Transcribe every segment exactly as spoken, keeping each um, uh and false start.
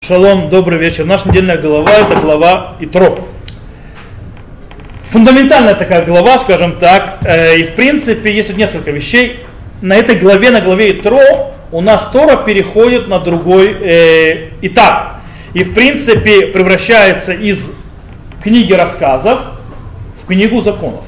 Шалом, добрый вечер. Наша недельная глава — это глава Итро. Фундаментальная такая глава, скажем так. И в принципе есть тут несколько вещей. На этой главе, на главе Итро, у нас Тора переходит на другой э, этап. И в принципе превращается из книги рассказов в книгу законов.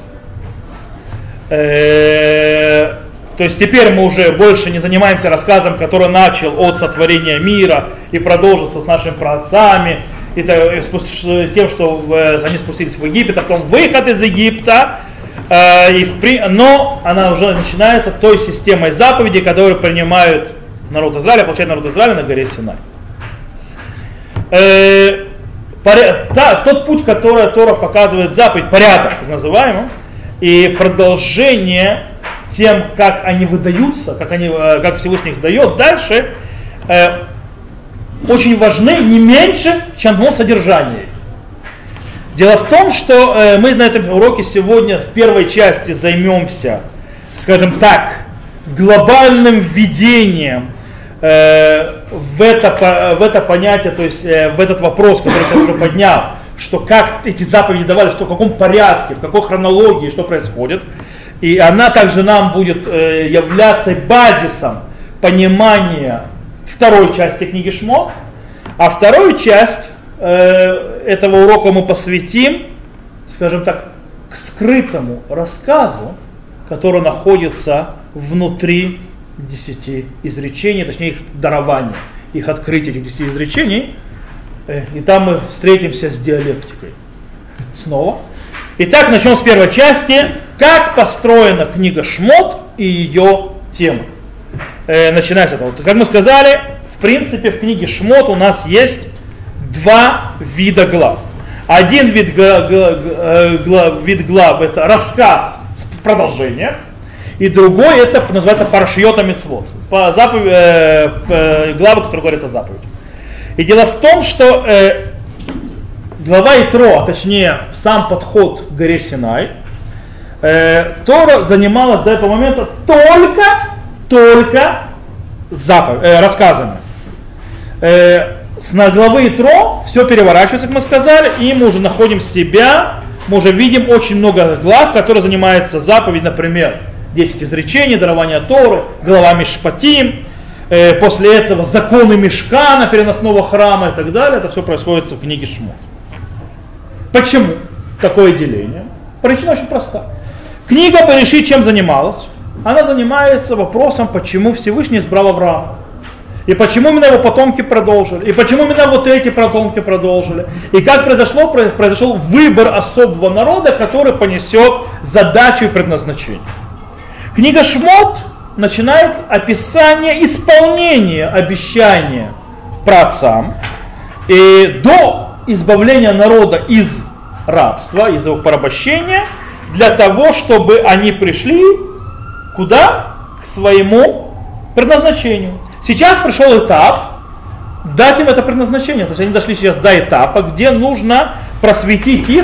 Э, то есть теперь мы уже больше не занимаемся рассказом, который начал от сотворения мира и продолжился с нашими праотцами, и тем, что они спустились в Египет, а потом выход из Египта. И в, но она уже начинается той системой заповедей, которые принимают народ Израиля, получает народ Израиля на горе Синай. Э, поря, та, тот путь, который Тора показывает, заповедь, порядок так называемый, и продолжение тем, как они выдаются, как, они, как Всевышний их дает дальше, э, очень важны не меньше, чем само содержание. Дело в том, что э, мы на этом уроке сегодня в первой части займемся, скажем так, глобальным введением э, в, это, в это понятие, то есть э, в этот вопрос, который я уже поднял, что как эти заповеди давались, что в каком порядке, в какой хронологии, что происходит. И она также нам будет э, являться базисом понимания второй части книги Шмот, а вторую часть э, этого урока мы посвятим, скажем так, к скрытому рассказу, который находится внутри десяти изречений, точнее их дарования, их открытия этих десяти изречений. Э, и там мы встретимся с диалектикой снова. Итак, начнем с первой части. Как построена книга Шмот и ее тема. Э, начиная с этого. Как мы сказали, в принципе, в книге Шмот у нас есть два вида глав. Один вид, гла, гла, гла, вид глав — это рассказ с продолжением, и другой — это называется парашиот а-мицвот, по заповедь, э, главы, которые говорят о заповеди. И дело в том, что э, глава Итро, а точнее сам подход к горе Синай, э, Тора занималась до этого момента только, только заповедь, э, рассказами. Э, с главы Итро все переворачивается, как мы сказали, и мы уже находим себя, мы уже видим очень много глав, которые занимаются заповедь, например, десять изречений, дарование Торы, глава Мишпатим, э, после этого законы Мишкана, переносного храма и так далее. Это все происходит в книге Шмот. Почему такое деление? Причина очень проста. Книга Берешит чем занималась? Она занимается вопросом, почему Всевышний избрал Авраама. И почему именно его потомки продолжили. И почему именно вот эти потомки продолжили. И как произошло, произошел выбор особого народа, который понесет задачу и предназначение. Книга Шмот начинает описание исполнения обещания праотцам. И до избавления народа из рабства, из его порабощения, для того, чтобы они пришли куда? К своему предназначению. Сейчас пришел этап дать им это предназначение. То есть они дошли сейчас до этапа, где нужно просветить их,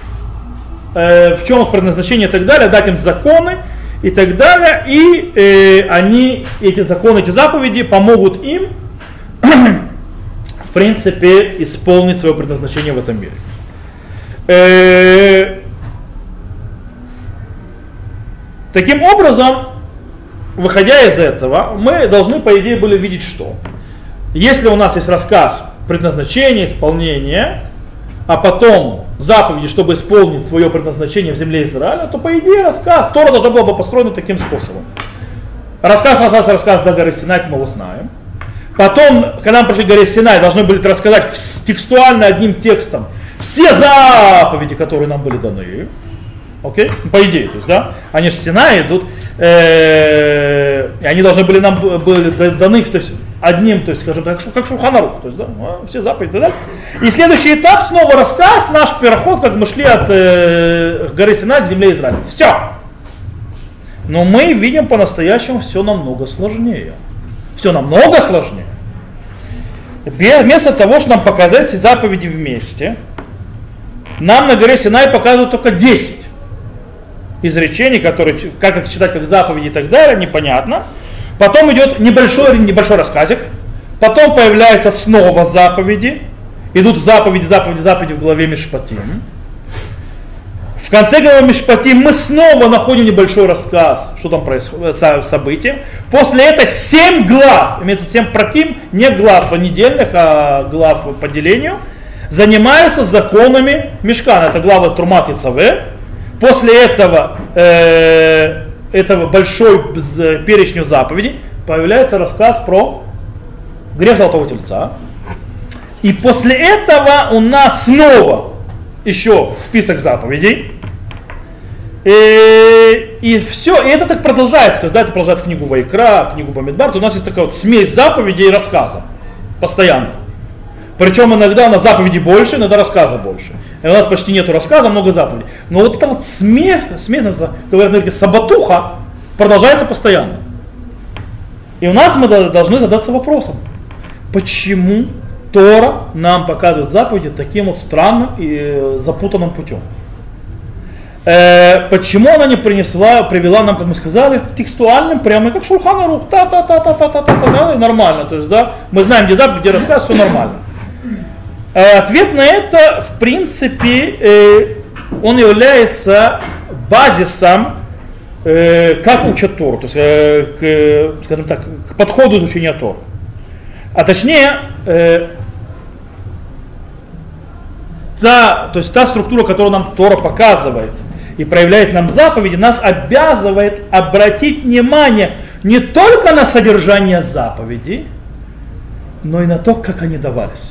э, в чем их предназначение и так далее, дать им законы и так далее. И э, они, эти законы, эти заповеди помогут им в принципе исполнить свое предназначение в этом мире. Э, таким образом, выходя из этого, мы должны, по идее, были видеть, что если у нас есть рассказ предназначения, исполнения, а потом заповеди, чтобы исполнить свое предназначение в земле Израиля, то, по идее, рассказ Тора должна была бы построена таким способом. Рассказ, рассказ, рассказ до горы Синай, мы его знаем. Потом, когда мы пришли к горе Синай, должны были рассказать текстуально одним текстом все заповеди, которые нам были даны. Окей? Okay? По идее, то есть, да? Они же с Синай идут, э, и они должны были нам были даны, то есть, одним, то есть, скажем так, как Шулхан Арух, то есть, да, все заповеди и так далее. И следующий этап, снова рассказ, наш переход, как мы шли от э, горы Синай к земле Израиля. Все. Но мы видим по-настоящему все намного сложнее. Все намного сложнее. Вместо того, чтобы нам показать эти заповеди вместе, нам на горе Синай показывают только десять изречений, которые, как их читать как заповеди и так далее, непонятно. Потом идет небольшой, небольшой рассказик, потом появляются снова заповеди, идут заповеди, заповеди, заповеди в главе Мишпатим. В конце главы Мишпатим мы снова находим небольшой рассказ, что там происходит, события. После этого семь глав, имеется семь праким, не глав недельных, а глав по делению, занимаются законами Мишкана. Это глава Трумат и Цаве. После этого, э, этого большой перечня заповедей появляется рассказ про грех золотого тельца. И после этого у нас снова еще список заповедей. И, и все, и это так продолжается. То есть, да, это продолжается книгу Вайкра, книгу Бамидбар. То у нас есть такая вот смесь заповедей и рассказа. Постоянно. Причем иногда на заповеди больше, иногда рассказа больше. И у нас почти нету рассказа, много заповедей. Но вот эта вот смесь, смесь, говорят на языке, сабатуха продолжается постоянно. И у нас мы должны задаться вопросом, почему Тора нам показывает заповеди таким вот странным и запутанным путем. Э, почему она не принесла, привела нам, как мы сказали, текстуальным, прямо как Шулхан Арух, та-та-та-та-та-та-та-та, и нормально. То есть, да, мы знаем, где заповедь, где рассказ, все нормально. Э, ответ на это, в принципе, э, он является базисом, э, как учат Тору, то есть, э, к, скажем так, к подходу изучения Торы. А точнее, э, та, то есть та структура, которую нам Тора показывает и проявляет нам заповеди, нас обязывает обратить внимание не только на содержание заповедей, но и на то, как они давались.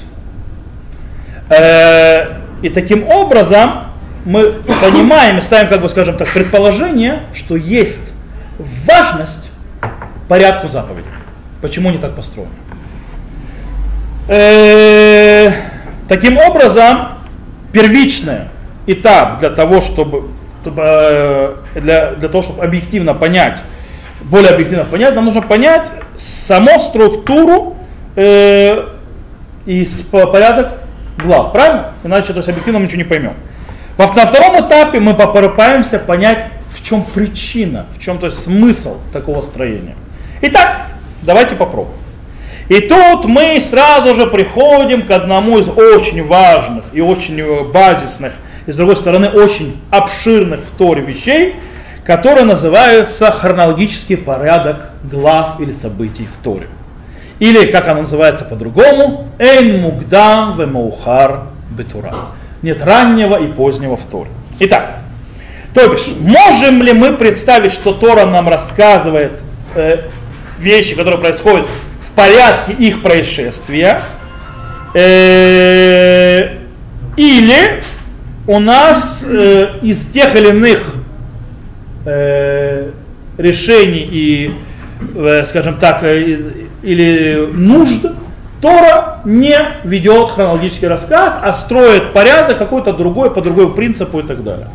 Э, и таким образом мы понимаем и ставим, как бы, скажем так, предположение, что есть важность порядку заповедей. Почему они так построены? Э, таким образом, первичный этап для того, чтобы, чтобы, для, для того, чтобы объективно понять, более объективно понять, нам нужно понять саму структуру э, и порядок глав, правильно? Иначе, то есть, объективно мы ничего не поймем. Во, на втором этапе мы попытаемся понять, в чем причина, в чем, то есть, смысл такого строения. Итак, давайте попробуем. И тут мы сразу же приходим к одному из очень важных и очень базисных, и с другой стороны очень обширных в Торе вещей, которые называются хронологический порядок глав или событий в Торе. Или, как оно называется по-другому, «Эйн мукдам ве маухар бетура». Нет раннего и позднего в Торе. Итак, то бишь, можем ли мы представить, что Тора нам рассказывает э, вещи, которые происходят в порядке их происшествия, э, или у нас э, из тех или иных э, решений и, э, скажем так, э, или нужд Тора не ведет хронологический рассказ, а строит порядок какой-то другой, по другому принципу и так далее.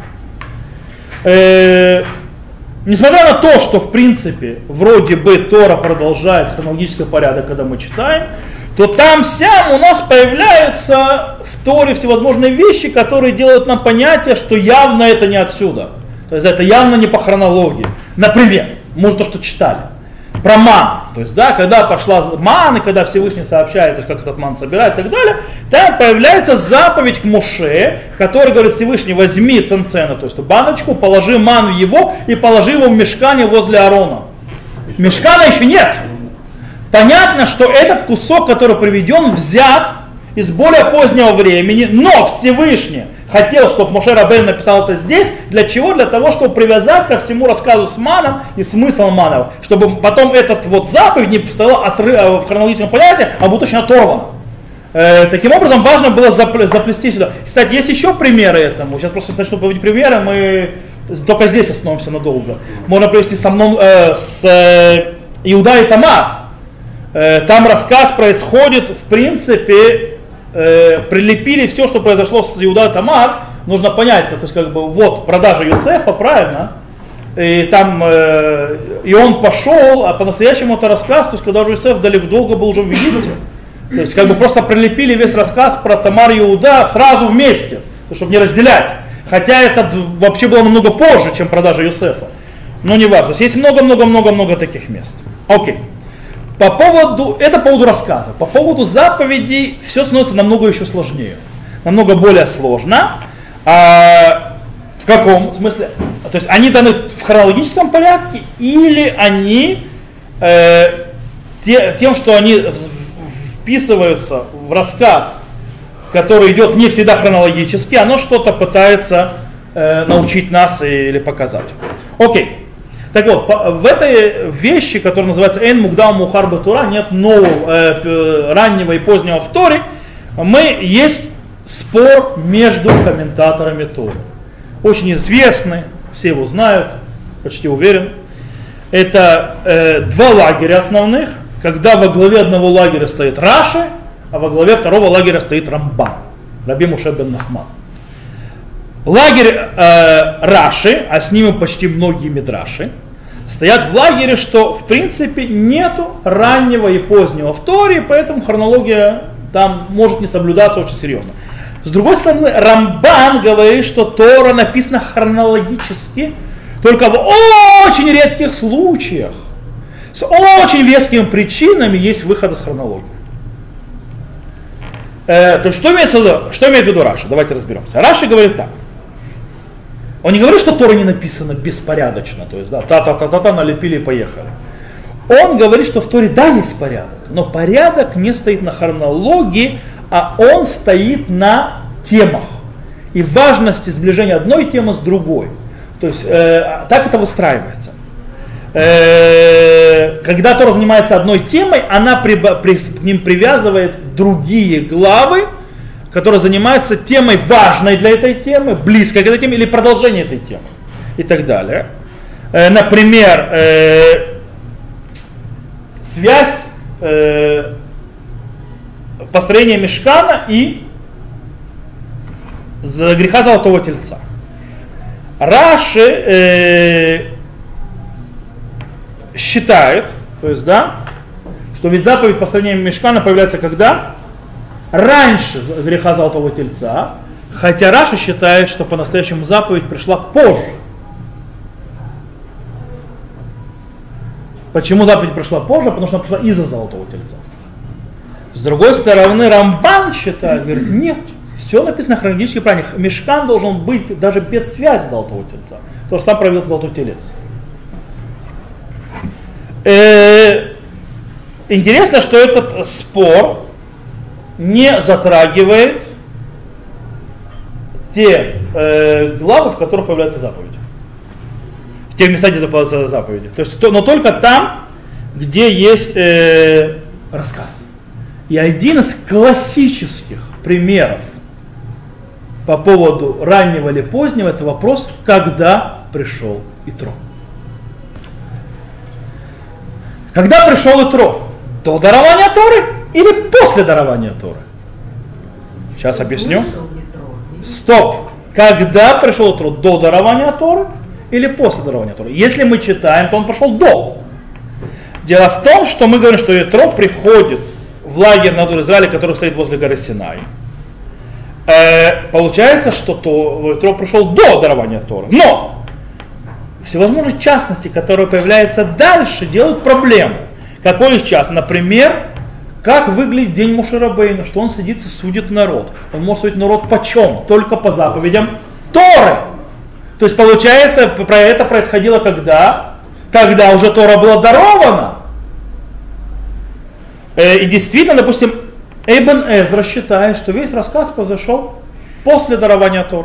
Э, Несмотря на то, что в принципе вроде бы Тора продолжает хронологический порядок, когда мы читаем, то там сям у нас появляются в Торе всевозможные вещи, которые делают нам понятие, что явно это не отсюда. То есть это явно не по хронологии. Например, может то, что читали. Про ман. То есть, да, когда пошла ман, и когда Всевышний сообщает, то есть, как этот ман собирает и так далее, там появляется заповедь к Моше, который говорит: Всевышний, возьми ценцену, то есть баночку, положи ман в его и положи его в мешкане возле Аарона. Мешкана еще нет. Понятно, что этот кусок, который приведен, взят из более позднего времени, но Всевышний хотел, чтобы Моше Рабейну написал это здесь. Для чего? Для того, чтобы привязать ко всему рассказу с маном и смысл манов. Чтобы потом этот вот заповедь не стояла отрыв, в хронологическом понятии, а будет очень оторвана. Э, таким образом, важно было заплести сюда. Кстати, есть еще примеры этому. Сейчас просто начну приводить примеры, мы только здесь остановимся надолго. Можно привести со мной, э, с э, Иуда и Тамар. Э, там рассказ происходит, в принципе, Э, прилепили все, что произошло с Иуда и Тамар. Нужно понять, то есть как бы вот продажа Йосефа, правильно? И там э, и он пошел, а по-настоящему это рассказ, то есть когда уже Йосеф далеко долго был уже в Египте. То есть как бы просто прилепили весь рассказ про Тамар и Иуда сразу вместе, чтобы не разделять. Хотя это вообще было намного позже, чем продажа Йосефа. Но не важно. Есть много-много-много-много таких мест. Окей. по поводу, это по поводу рассказа. По поводу заповедей все становится намного еще сложнее. Намного более сложно. А, в каком смысле? То есть они даны в хронологическом порядке или они э, те, тем, что они вписываются в рассказ, который идет не всегда хронологически, оно что-то пытается э, научить нас или показать. Окей. Так вот, по, в этой вещи, которая называется «Эн мукдам мухар бетура», нет нового, э, раннего и позднего в Торе, мы, есть спор между комментаторами Торы. Очень известный, все его знают, почти уверен. Это э, два лагеря основных, когда во главе одного лагеря стоит Раши, а во главе второго лагеря стоит Рамбан, Раби Моше бен Нахман. Лагерь э, Раши, а с ними почти многие мидраши, стоят в лагере, что в принципе нету раннего и позднего в Торе, поэтому хронология там может не соблюдаться очень серьезно. С другой стороны, Рамбан говорит, что Тора написана хронологически, только в очень редких случаях, с очень вескими причинами есть выход из хронологии. Э, то есть что имеется в виду, что имеет в виду Раши? Давайте разберемся. Раши говорит так. Он не говорит, что Тора не написана беспорядочно, то есть да, та-та-та-та-та, налепили и поехали. Он говорит, что в Торе да есть порядок, но порядок не стоит на хронологии, а он стоит на темах и важности сближения одной темы с другой. То есть э, так это выстраивается. Э, когда Тора занимается одной темой, она при, при, к ним привязывает другие главы, которые занимаются темой важной для этой темы, близкой к этой теме или продолжение этой темы и так далее. Э, например, э, связь э, построения мишкана и греха золотого тельца. Раши э, считает, то есть, да, что ведь заповедь построения мишкана появляется когда? Раньше греха золотого тельца, хотя Раши считает, что по-настоящему заповедь пришла позже. Почему заповедь пришла позже? Потому что она пришла из-за золотого тельца. С другой стороны, Рамбан считает, говорит, нет, все написано хронологически правильно. Мишкан должен быть даже без связи золотого тельца, потому что сам проявился золотой телец. Э-э- интересно, что этот спор не затрагивает те э, главы, в которых появляются заповеди. В тех местах, где появляются заповеди. То есть, то, но только там, где есть э, рассказ. И один из классических примеров по поводу раннего или позднего, это вопрос, когда пришел Итро. Когда пришел Итро? До дарования Торы или после дарования Торы? Сейчас объясню. Стоп. Когда пришел Итро? До дарования Торы или после дарования Торы? Если мы читаем, то он пришел до. Дело в том, что мы говорим, что Итро приходит в лагерь народа Израиля, который стоит возле горы Синай. Э, получается, что то, Итро пришел до дарования Торы. Но всевозможные частности, которые появляются дальше, делают проблему. Какой из частности? Например, как выглядит день Моше Рабейну, что он сидит и судит народ. Он может судить народ почем? Только по заповедям Торы. То есть получается, про это происходило когда? Когда уже Тора была дарована. И действительно, допустим, Эйбен Эзра считает, что весь рассказ произошел после дарования Торы.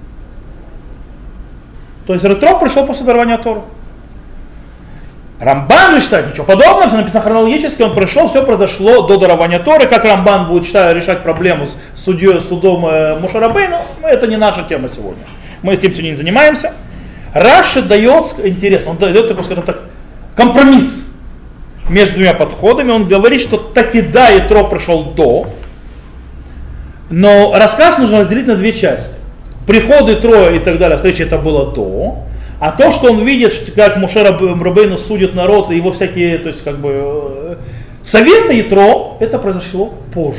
То есть Итро пришел после дарования Торы. Рамбан же считает, ничего подобного, все написано хронологически, он пришел, все произошло до дарования Торы. Как Рамбан будет считать, решать проблему с судьей, судом э, Моше Рабейну, это не наша тема сегодня. Мы этим сегодня не занимаемся. Раши дает, интересно, он дает такой, скажем так, компромисс между двумя подходами. Он говорит, что таки да, Итро пришел до, но рассказ нужно разделить на две части. Приход Итро и так далее, встреча это было до, а то, что он видит, что как Моше Рабейну судит народ, и его всякие, то есть как бы советы Итро, это произошло позже.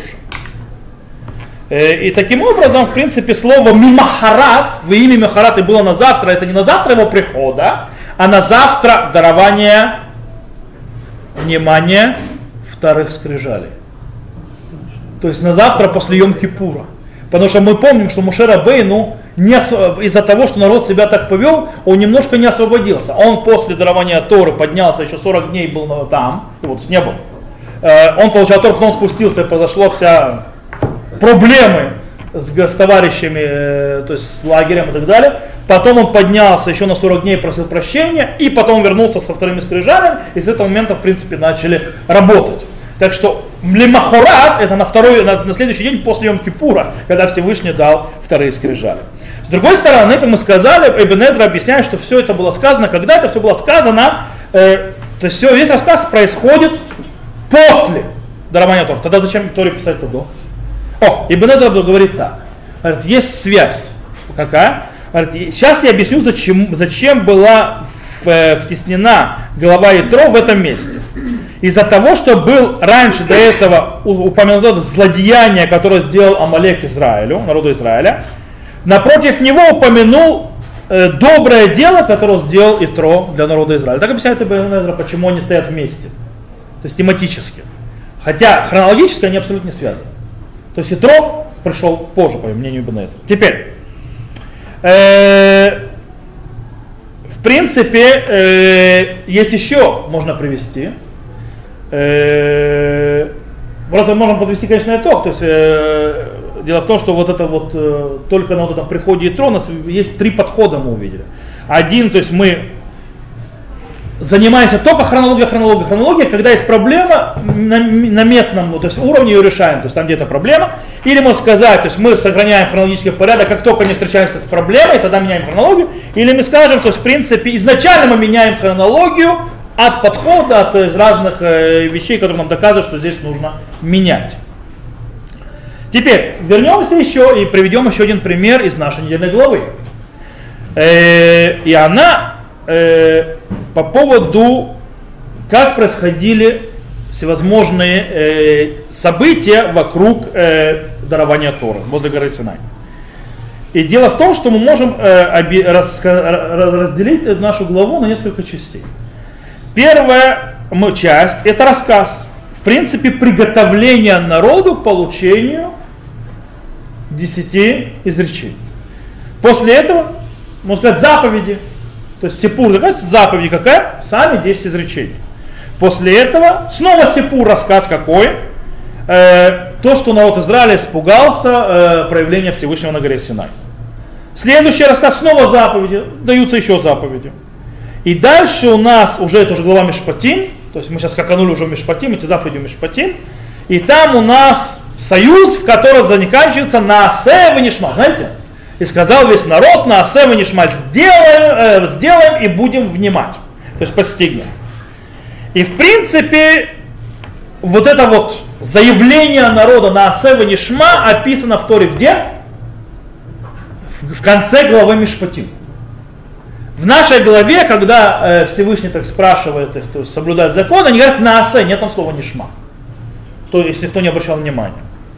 И таким образом, в принципе, слово мимахарат, в имя Махарат и было на завтра, это не на завтра его прихода, а на завтра дарования, внимание, вторых скрижалей. То есть на завтра после Йом-Кипура. Потому что мы помним, что Моше Рабейну не осв... из-за того, что народ себя так повел, он немножко не освободился. Он после дарования Торы поднялся, еще сорок дней был там, и вот с неба. Он получал Тору, потом спустился, и произошла вся проблемы с, с товарищами, то есть с лагерем и так далее. Потом он поднялся еще на сорок дней, просил прощения, и потом вернулся со вторыми скрижалями, и с этого момента, в принципе, начали работать. Так что Лемахорат, это на, второй, на, на следующий день после Йом-Кипура, когда Всевышний дал вторые скрижали. С другой стороны, как мы сказали, Ибн Эзра объясняет, что все это было сказано, когда это все было сказано, э, то есть все, весь рассказ происходит после дарования Торы. Тогда зачем Торе писать это до? О, Ибн Эзра говорит так, говорит, есть связь. Какая? Говорит, сейчас я объясню, зачем, зачем была в, втеснена глава Ятро в этом месте. Из-за того, что был раньше до этого упомянуто злодеяние, которое сделал Амалек Израилю, народу Израиля, напротив него упомянул э, доброе дело, которое сделал Итро для народа Израиля. Так объясняет Ибн Эзра, почему они стоят вместе. То есть тематически. Хотя хронологически они абсолютно не связаны. То есть Итро пришел позже, по мнению Ибн Эзра. Теперь, э, в принципе, э, есть еще, можно привести. Э, просто можно подвести, конечно, итог. То есть, э, дело в том, что вот это вот э, только на вот этом приходе Ятро у нас есть три подхода, мы увидели. Один, то есть мы занимаемся только хронологией, хронологией, хронологией, когда есть проблема на, на местном, то есть уровне ее решаем, то есть там где-то проблема. Или можно сказать, то есть мы сохраняем хронологический порядок, как только не встречаемся с проблемой, тогда меняем хронологию. Или мы скажем, то есть в принципе изначально мы меняем хронологию от подхода, от из разных э, вещей, которые нам доказывают, что здесь нужно менять. Теперь вернемся еще и приведем еще один пример из нашей недельной главы. Э, и она э, по поводу, как происходили всевозможные э, события вокруг э, дарования Торы возле горы Синай. И дело в том, что мы можем э, оби- рас- разделить нашу главу на несколько частей. Первая часть – это рассказ, в принципе, приготовление народу к получению десяти изречений. После этого, можно сказать, заповеди. То есть сипур, такая заповедь какая? Сами десять изречений. После этого снова сипур, рассказ какой? Э, то, что народ Израиля испугался э, проявления Всевышнего на горе Синай. Следующий рассказ, снова заповеди, даются еще заповеди. И дальше у нас уже, это уже глава Мишпатим, то есть мы сейчас скаканули уже в Мишпатим, эти заповеди в Мишпатим, и там у нас союз, в котором заканчивается Наасе венишма, знаете? И сказал весь народ, Наасе венишма, сделаем, э, сделаем и будем внимать, то есть постигнем. И в принципе, вот это вот заявление народа Наасе венишма описано в Торе где? В, в конце главы Мишпатим. В нашей главе, когда э, Всевышний так спрашивает их, то есть соблюдает закон, они говорят Наасе, нет там слова нишма. То, если кто не обращал внимания.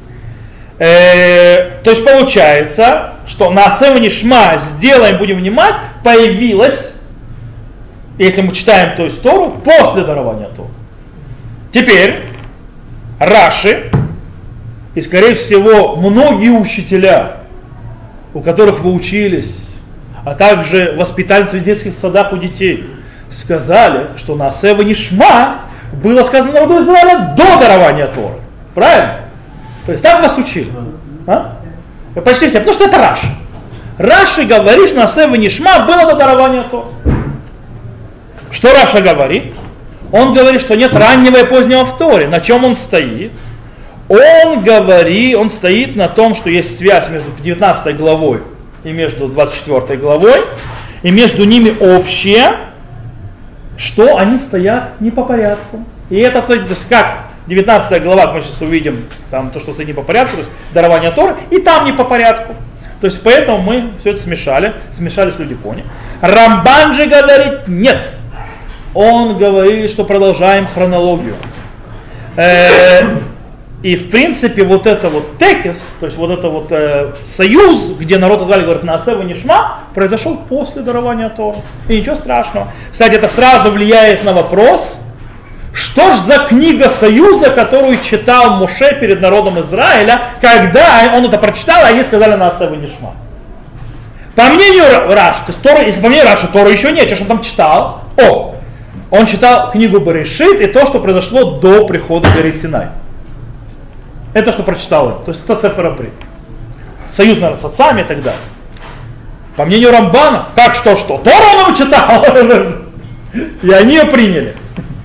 Э, то есть получается, что Наасе нишма, сделаем, будем внимать, появилась, если мы читаем, то есть Тору, после дарования Торы. Теперь Раши, и скорее всего многие учителя, у которых вы учились, а также воспитательницы в детских садах у детей, сказали, что Наасе венишма было сказано народу Израиля до дарования Торы. Правильно? То есть так вас учили. А? Почти все, потому что это Раши. Раши говорит, что Наасе венишма было до дарования Торы. Что Раша говорит? Он говорит, что нет раннего и позднего в Торе. На чем он стоит? Он говорит, он стоит на том, что есть связь между девятнадцатой главой и между двадцать четвёртой главой, и между ними общее, что они стоят не по порядку. И это, то есть, как девятнадцатая глава, мы сейчас увидим, там то, что стоит не по порядку, то есть дарование Торы, и там не по порядку. То есть поэтому мы все это смешали, смешались люди поняли. Рамбан же говорит нет. Он говорит, что продолжаем хронологию. Э, И в принципе вот это вот текес, то есть вот это вот э, союз, где народ Израиля говорит Наасе венишма, произошел после дарования Торы. И ничего страшного. Кстати, это сразу влияет на вопрос, что ж за книга союза, которую читал Моше перед народом Израиля, когда он это прочитал, а они сказали на Асев и Нишма. По мнению Раши, то есть Тора, если по мнению Раши, Тора еще нет, что ж он там читал? О, он читал книгу Берешит и то, что произошло до прихода горы Синай. Это что прочитал он, то есть это Сефер Брит. Союз, наверное, с отцами и так далее. По мнению Рамбана, как что, что? Тору он его читал! И они ее приняли.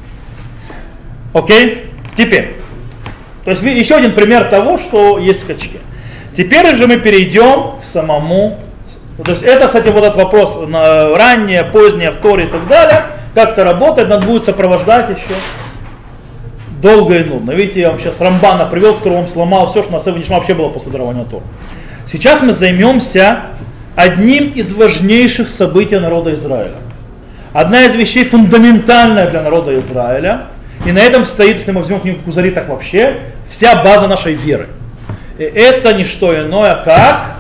Окей? Теперь. То есть еще один пример того, что есть скачки. Теперь же мы перейдем к самому. То есть это, кстати, вот этот вопрос на раннее, позднее, в Торе и так далее. Как это работает, надо будет сопровождать еще долго и нудно. Видите, я вам сейчас Рамбана привел, который вам сломал все, что на Асев и Нишма вообще было после дарования Торы. Сейчас мы займемся одним из важнейших событий народа Израиля. Одна из вещей фундаментальная для народа Израиля. И на этом стоит, если мы возьмем книгу Кузари, так вообще, вся база нашей веры. И это не что иное, как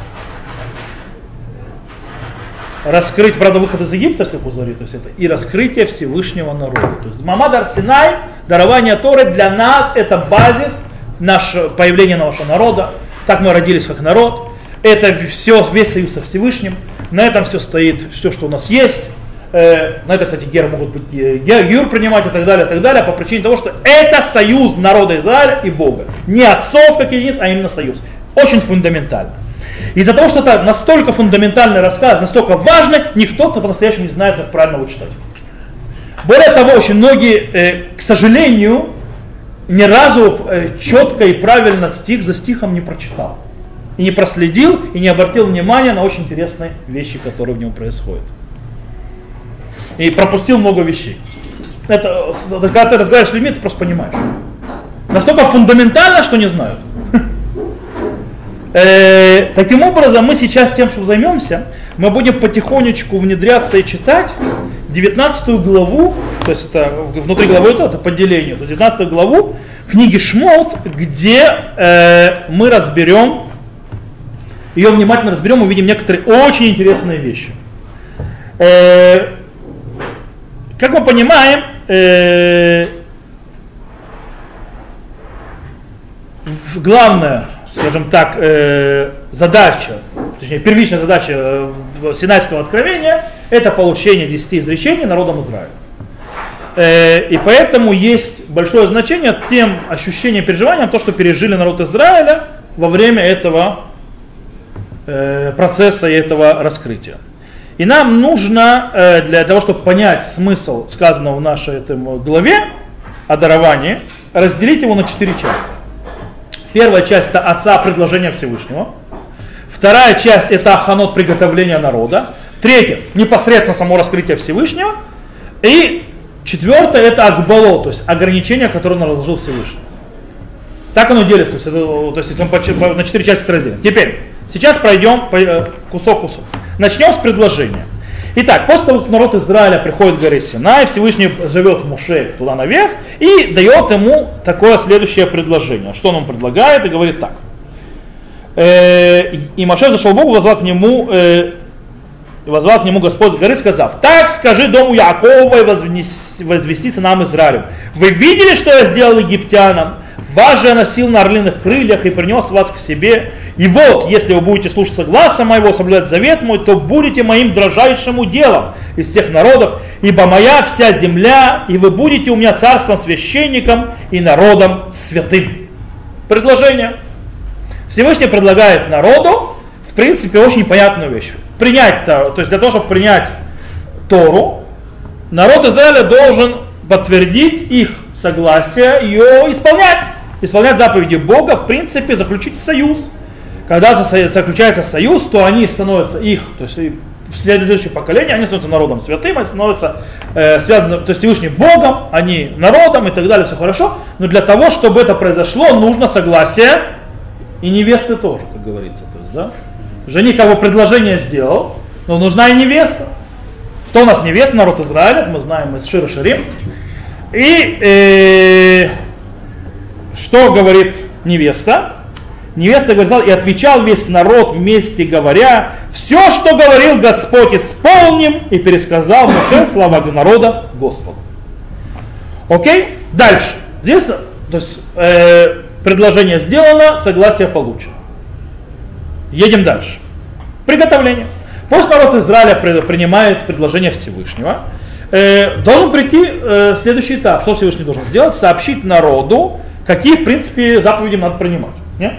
раскрыть, правда, выход из Египта, если Кузари, то есть это и раскрытие Всевышнего народа. То есть Мамад ар-Синай, дарование Торы для нас это базис наше, появления нашего народа. Так мы родились как народ. Это все, весь союз со Всевышним. На этом все стоит, все, что у нас есть. Э, на это, кстати, гер могут быть гюр принимать и так далее, и так далее, по причине того, что это союз народа Израиля и Бога. Не отцов как единиц, а именно союз. Очень фундаментально. Из-за того, что это настолько фундаментальный рассказ, настолько важный, никто по-настоящему не знает, как правильно его читать. Более того, очень многие, э, к сожалению, ни разу э, четко и правильно стих за стихом не прочитал. И не проследил, и не обратил внимания на очень интересные вещи, которые в нем происходят. И пропустил много вещей. Это, когда ты разговариваешь с людьми, ты просто понимаешь. Настолько фундаментально, что не знают. Э, таким образом, мы сейчас тем, что займемся, мы будем потихонечку внедряться и читать девятнадцатую главу, то есть это внутри главы это, это поделение, то есть девятнадцатую главу книги Шмот, где э, мы разберем, ее внимательно разберем, увидим некоторые очень интересные вещи. Э, как мы понимаем, э, главное, скажем так, э, задача, точнее первичная задача э, Синайского откровения это получение десяти изречений народом Израиля. Э, и поэтому есть большое значение тем ощущением, переживанием, то, что пережили народ Израиля во время этого э, процесса и этого раскрытия. И нам нужно, э, для того, чтобы понять смысл сказанного в нашей этой главе о даровании, разделить его на четыре части. Первая часть это отца предложения Всевышнего. Вторая часть это аханот приготовления народа. Третья непосредственно само раскрытие Всевышнего. И четвертое это акбало, то есть ограничение, которое наложил Всевышний. Так оно делится, то есть, это, то есть если мы на четыре части разделим. Теперь, сейчас пройдем кусок-кусок. Начнем с предложения. Итак, после того, как народ Израиля приходит к горе Синай, Всевышний зовет Моше туда наверх и дает ему такое следующее предложение. Что он ему предлагает и говорит так. Э, и Моше зашел к Богу, возвал к нему, э, возвал к нему Господь с горы, сказав: так скажи дому Яакова и возвестится нам Израилю. Вы видели, что я сделал египтянам? Вас же я носил на орлиных крыльях и принес вас к себе. И вот, если вы будете слушаться гласа моего, соблюдать завет мой, то будете моим дрожайшим уделом из всех народов, ибо моя вся земля, и вы будете у меня царством священником и народом святым. Предложение. Всевышний предлагает народу, в принципе, очень понятную вещь. Принять, то есть для того, чтобы принять Тору, народ Израиля должен подтвердить их согласие ее исполнять. Исполнять заповеди Бога, в принципе, заключить союз. Когда заключается союз, то они становятся их, то есть в следующее поколение, они становятся народом святым, они становятся э, связаны, то есть Всевышним Богом, они народом и так далее, все хорошо. Но для того, чтобы это произошло, нужно согласие и невесты тоже, как говорится. То есть, да? Жених как бы предложение сделал, но нужна и невеста. Кто у нас невеста? Народ Израиля, мы знаем из Шира Шарим. И э, что говорит невеста? Невеста говорит, и отвечал весь народ вместе, говоря: все, что говорил Господь, исполним, и пересказал Моше слова народа Господу. Окей? Дальше. Здесь то есть, э, предложение сделано, согласие получено. Едем дальше. Приготовление. После народ Израиля принимает предложение Всевышнего. Э, должен прийти э, следующий этап. Что Всевышний должен сделать? Сообщить народу, какие, в принципе, заповеди надо принимать. Нет?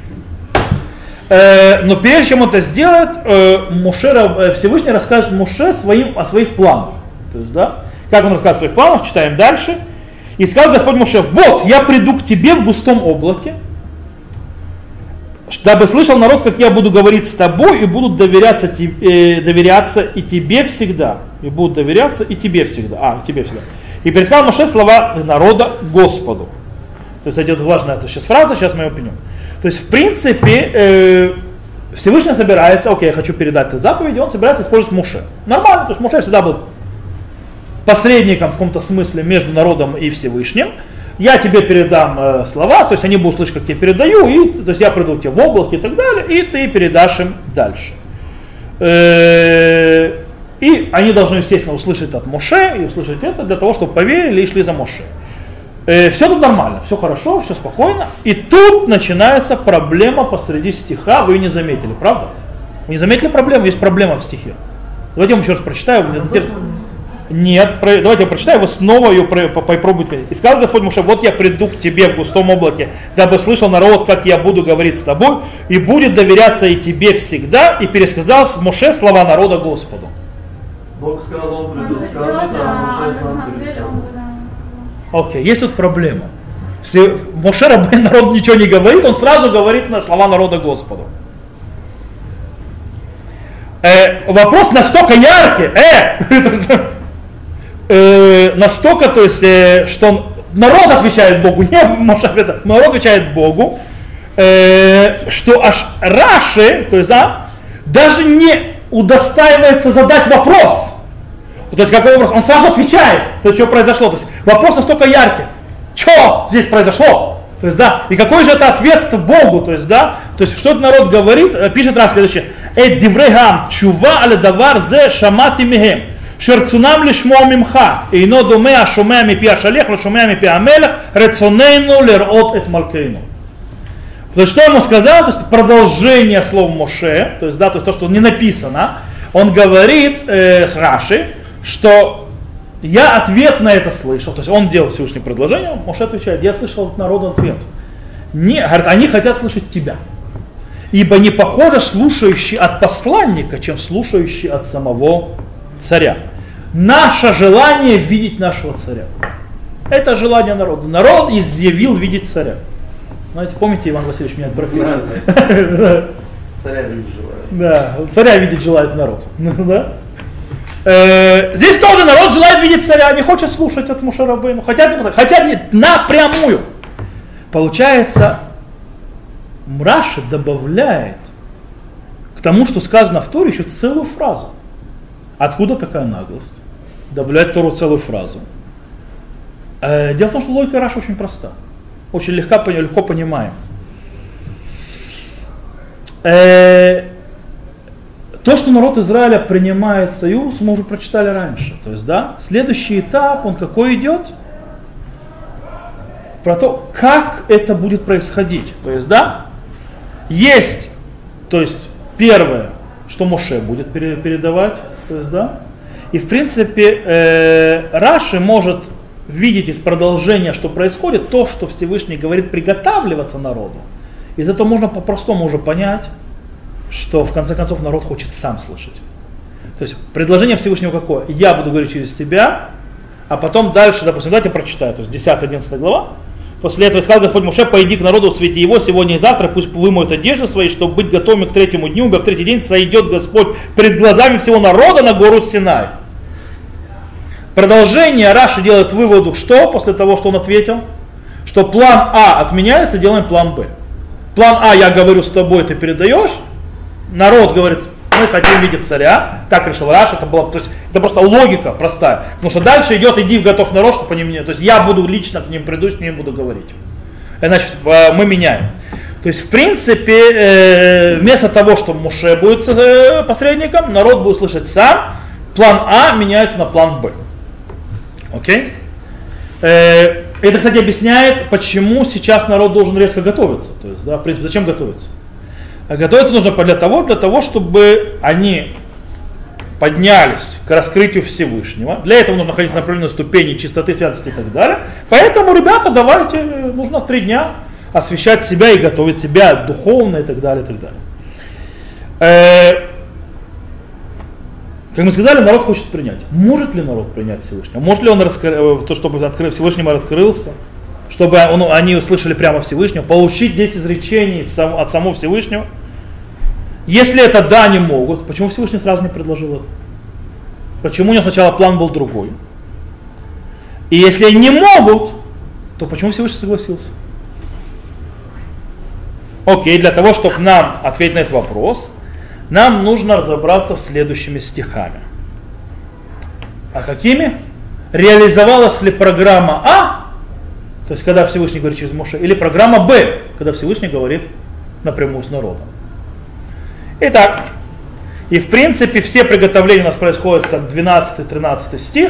Э, но прежде чем это сделать, э, Моше, Всевышний рассказывает Моше своим, о своих планах. То есть, да, как он рассказывает о своих планах, читаем дальше. И сказал Господь Моше: вот я приду к тебе в густом облаке, дабы слышал народ, как я буду говорить с тобой, и будут доверяться, э, доверяться и тебе всегда. И будут доверяться и тебе всегда. А, тебе всегда. И пересказал Моше слова народа Господу. То есть, это важная это сейчас фраза, сейчас мы ее поймем. То есть, в принципе, э, Всевышний собирается, окей, я хочу передать эти заповеди, он собирается использовать Моше. Нормально, то есть Моше всегда был посредником в каком-то смысле между народом и Всевышним. Я тебе передам э, слова, то есть они будут слышать, как я передаю, и, то есть я приду к тебе в облаке и так далее, и ты передашь им дальше. Э, и они должны, естественно, услышать от Моше и услышать это для того, чтобы поверили и шли за Моше. Э, все тут нормально, все хорошо, все спокойно. И тут начинается проблема посреди стиха, вы ее не заметили, правда? Вы не заметили проблему? Есть проблема в стихе. Давайте я вам еще раз прочитаю. Нет, про, давайте я прочитаю, вы снова ее про, по, попробуйте. И сказал Господь Моше: вот я приду к тебе в густом облаке, дабы слышал народ, как я буду говорить с тобой, и будет доверяться и тебе всегда. И пересказал Моше слова народа Господу. Бог сказал, он придет, скажет, а Моше сам пересказал. Окей, есть тут проблема. Если Моше Рабейну народ ничего не говорит, он сразу говорит на слова народа Господу. Э, вопрос настолько яркий, э, э, настолько, то есть, э, что он, народ отвечает Богу, не Моше, это, народ отвечает Богу, э, что аж Раши, то есть, да, даже не удостаивается задать вопрос. То есть, какой вопрос? Он сразу отвечает, то есть, что произошло. То есть, вопрос настолько яркий. Что здесь произошло? То есть, да, и какой же это ответ Богу, то есть, да, то есть, что этот народ говорит, пишет раз следующее: «Эд диврейгам чува але давар зе шамати мигем, шерцунам лишмо мимха, ино доме ашомеа мипи ашалех, лашомеа мипи амелех, рецонейну лерот эт малкейну». То есть, что ему сказал, то есть, продолжение слов Моше, то есть, да, то есть, то, что не написано, он говорит э, с Раши, что я ответ на это слышал, то есть он делал Всевышнее предложение, Моше отвечает: я слышал от народа ответ. Не, говорит, они хотят слышать тебя. Ибо не похоже слушающий от посланника, чем слушающий от самого царя. Наше желание видеть нашего царя. Это желание народа. Народ изъявил видеть царя. Знаете, помните, Иван Васильевич меняет профессию? Царя видеть желает. Да, царя видеть желает народ. Здесь тоже народ желает видеть царя, не хочет слушать от Моше Рабейну, хотят, хотят не, напрямую. Получается, Раши добавляет к тому, что сказано в Торе, еще целую фразу. Откуда такая наглость? Добавляет в Тору целую фразу. Дело в том, что логика Раши очень проста, очень легко, легко понимаем. То, что народ Израиля принимает союз, мы уже прочитали раньше. То есть, да, следующий этап, он какой идет? Про то, как это будет происходить. То есть, да, есть, то есть, первое, что Моше будет передавать, то есть, да, и в принципе э, Раши может видеть из продолжения, что происходит, то, что Всевышний говорит приготавливаться народу. Из этого можно по-простому уже понять, что в конце концов народ хочет сам слышать. То есть предложение Всевышнего какое? Я буду говорить через тебя, а потом дальше, допустим, давайте я прочитаю, то есть десятая-одиннадцатая глава. После этого сказал Господь Моше: пойди к народу в свете его сегодня и завтра, пусть вымоют одежды свои, чтобы быть готовыми к третьему дню, ибо в третий день сойдет Господь пред глазами всего народа на гору Синай. Продолжение Раши делает выводу, что после того, что он ответил, что план А отменяется, делаем план Б. План А: я говорю с тобой, ты передаешь. Народ говорит: мы хотим видеть царя. Так решил Раши. Это, было, то есть, это просто логика простая. Потому что дальше идет: иди в готов народ, чтобы они меня. То есть я буду лично к ним приду, с ним буду говорить. Значит, мы меняем. То есть, в принципе, вместо того, чтобы Моше будет посредником, народ будет слышать сам. План А меняется на план Б. Окей? Э, это, кстати, объясняет, почему сейчас народ должен резко готовиться. То есть, да, в принципе, зачем готовиться? Готовиться нужно для того, для того, чтобы они поднялись к раскрытию Всевышнего. Для этого нужно находиться на определенной ступени чистоты, святости и так далее. Поэтому, ребята, давайте, нужно три дня освещать себя и готовить себя духовно и так далее, и так далее. Э, как мы сказали, народ хочет принять. Может ли народ принять Всевышнего? Может ли он, раскры... то, чтобы откры... Всевышнему раскрылся, чтобы он, они услышали прямо Всевышнего, получить десять изречений от самого Всевышнего? Если это да, они могут, почему Всевышний сразу не предложил это? Почему у него сначала план был другой? И если они не могут, то почему Всевышний согласился? Окей, для того, чтобы нам ответить на этот вопрос, нам нужно разобраться с следующими стихами. А какими? Реализовалась ли программа А, то есть когда Всевышний говорит через Моше, или программа Б, когда Всевышний говорит напрямую с народом. Итак, и в принципе все приготовления у нас происходят, там двенадцатый-тринадцатый стих,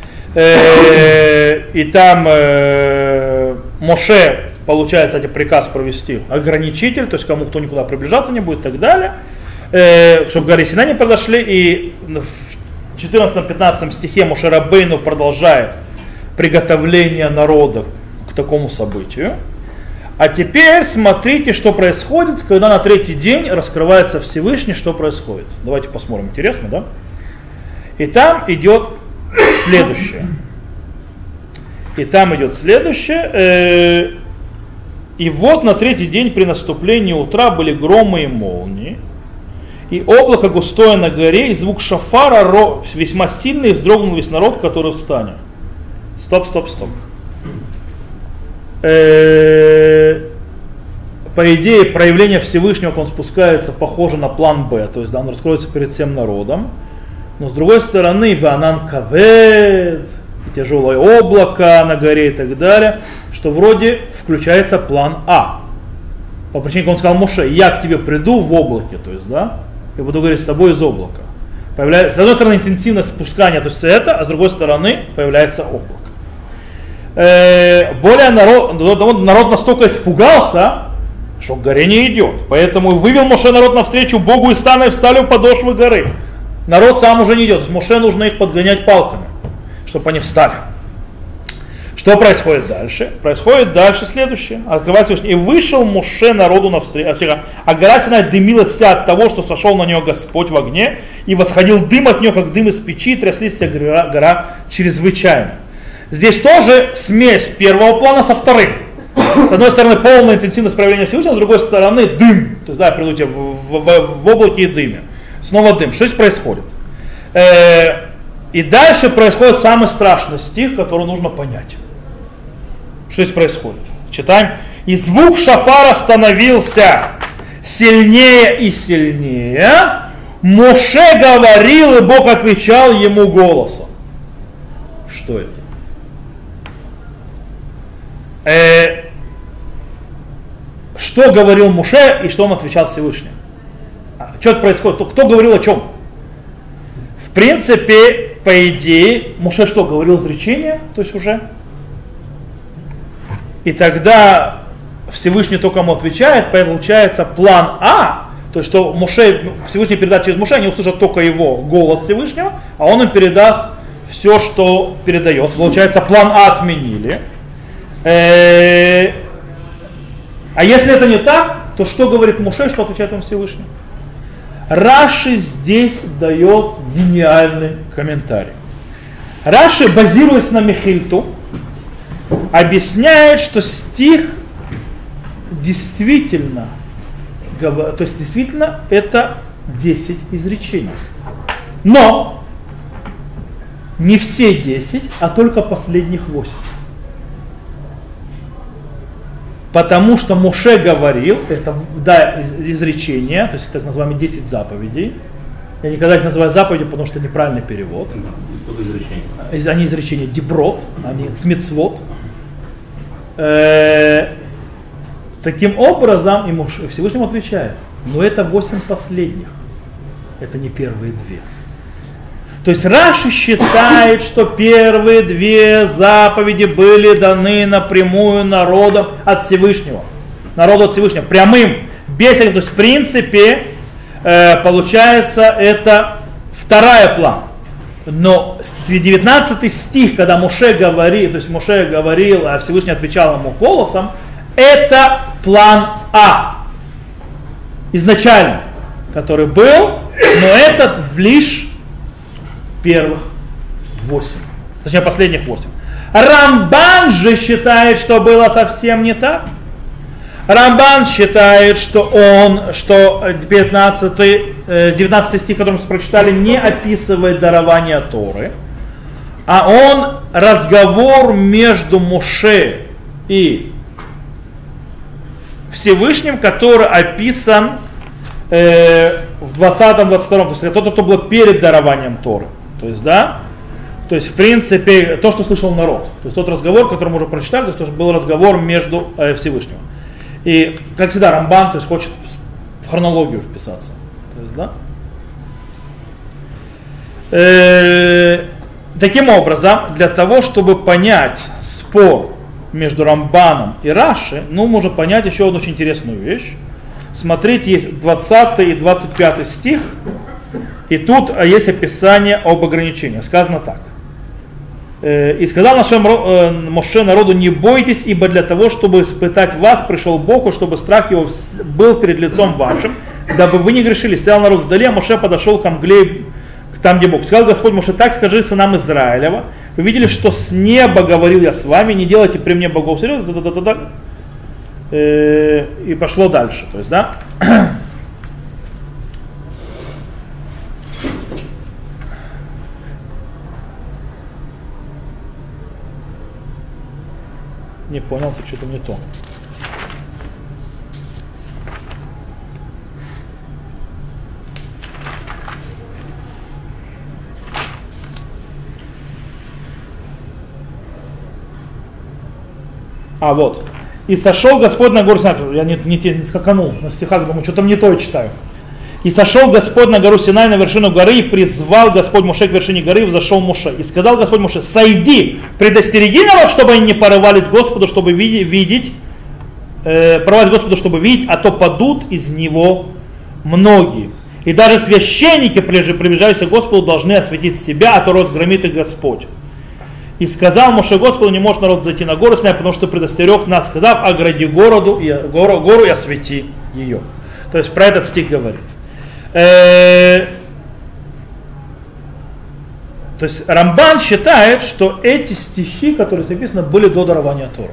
э, и там э, Моше получает, кстати, приказ провести ограничитель, то есть кому кто никуда приближаться не будет и так далее, э, чтобы горы Синай не подошли, и в четырнадцатом-пятнадцатом стихе Моше Рабейну продолжает приготовление народа к такому событию. А теперь смотрите, что происходит, когда на третий день раскрывается Всевышний, что происходит. Давайте посмотрим, интересно, да? И там идет следующее. И там идет следующее. И вот на третий день при наступлении утра были громы и молнии, и облако густое на горе, и звук шафара весьма сильный, и вздрогнул весь народ, который в стане. Стоп, стоп, стоп. По идее, проявление Всевышнего, как он спускается, похоже на план Б, то есть да, он раскроется перед всем народом. Но с другой стороны, ванан кавед, и тяжелое облако на горе и так далее, что вроде включается план А. По причине, как он сказал Моше, я к тебе приду в облаке, то есть, да, и буду говорить с тобой из облака. Появляется, с одной стороны, интенсивность спускания, то есть это, а с другой стороны, появляется облако. Более народ, народ настолько испугался, что к горе не идет. Поэтому вывел Моше народ навстречу Богу и стана и встали у подошвы горы. Народ сам уже не идет. Моше нужно их подгонять палками, чтобы они встали. Что происходит дальше? Происходит дальше следующее. Открывается Всевышний. И вышел Моше народу навстречу. А гора Синай дымилась вся от того, что сошел на нее Господь в огне, и восходил дым от нее, как дым из печи, и тряслись вся гора, гора чрезвычайно. Здесь тоже смесь первого плана со вторым. С одной стороны, полная интенсивность проявления Всевышнего, с другой стороны, дым. То есть, да, придут в, в, в, в облаке и дыме. Снова дым. Что здесь происходит? Э, и дальше происходит самый страшный стих, который нужно понять. Что здесь происходит? Читаем. И звук шафара становился сильнее и сильнее. Моше говорил, и Бог отвечал ему голосом. Что это? Э, что говорил Моше и что он отвечал Всевышнему? А, что это происходит? Кто говорил о чем? В принципе, по идее, Моше что, говорил изречение, то есть уже? И тогда Всевышний только ему отвечает, получается план А, то есть что Моше, Всевышний передаст через Моше, они услышат только его голос Всевышнего, а он им передаст все, что передается. Получается, план А отменили. А если это не так, то что говорит Моше, что отвечает ему Всевышний? Раши здесь дает гениальный комментарий. Раши, базируясь на Мехильту, объясняет, что стих действительно, то есть действительно это десять изречений. Но не все десять, а только последних восемь. Потому что Моше говорил, это да, изречение, то есть так называемые десять заповедей. Я никогда их называю заповедью, потому что это неправильный перевод. Изречения. Они изречения диброт, они мицвот. Э, таким образом, и Моше Всевышнему отвечает, но это восемь последних, это не первые две. То есть Раши считает, что первые две заповеди были даны напрямую народам от Всевышнего. Народу от Всевышнего. Прямым. Без, то есть в принципе э, получается это вторая план. Но девятнадцатый стих, когда Моше говорит, то есть Моше говорил, а Всевышний отвечал ему голосом, это план А. Изначально, который был, но этот лишь первых восемь. Точнее, последних восемь. Рамбан же считает, что было совсем не так. Рамбан считает, что он, что девятнадцатый, девятнадцатый стих, который мы прочитали, не описывает дарование Торы, а он разговор между Моше и Всевышним, который описан э, в двадцатом двадцать втором, то есть это тот, кто был перед дарованием Торы. То есть, да, то есть, в принципе, то, что слышал народ. То есть тот разговор, который мы уже прочитали, то есть это был разговор между э, Всевышним. И, как всегда, Рамбан, то есть, хочет в хронологию вписаться. То есть, да? э, таким образом, для того, чтобы понять спор между Рамбаном и Раши, ну, можно понять еще одну очень интересную вещь. Смотрите, есть двадцатый и двадцать пятый стих, и тут есть описание об ограничении. Сказано так. И сказал Моше народу: не бойтесь, ибо для того, чтобы испытать вас, пришел Бог, чтобы страх его был перед лицом вашим, дабы вы не грешили. Стоял народ вдали, а Моше подошел к Амгле, там, где Бог. Сказал Господь Моше: так скажи сынам Израилева, вы видели, что с неба говорил я с вами, не делайте при мне богов серьезно, и пошло дальше. То есть, да? Не понял, ты что-то не то. А, вот. И сошел Господь на гору Синай. Я не, не, не скаканул на стихах, думаю, что там не то я читаю. И сошел Господь на гору Синай, на вершину горы, и призвал Господь Моше к вершине горы, и взошел Моше. И сказал Господь Моше: сойди, предостереги народ, чтобы они не порывались к Господу, чтобы видеть, видеть э, порывались Господу, чтобы видеть, а то падут из него многие. И даже священники, прежде приближающиеся к Господу, должны осветить себя, а то разгромит их Господь. И сказал Моше Господу: не может народ зайти на гору Синай, потому что предостерег нас, сказав: огради городу, и, гору, гору и освети ее. То есть про этот стих говорит. Э, то есть Рамбан считает, что эти стихи, которые записаны, были до дарования Торы.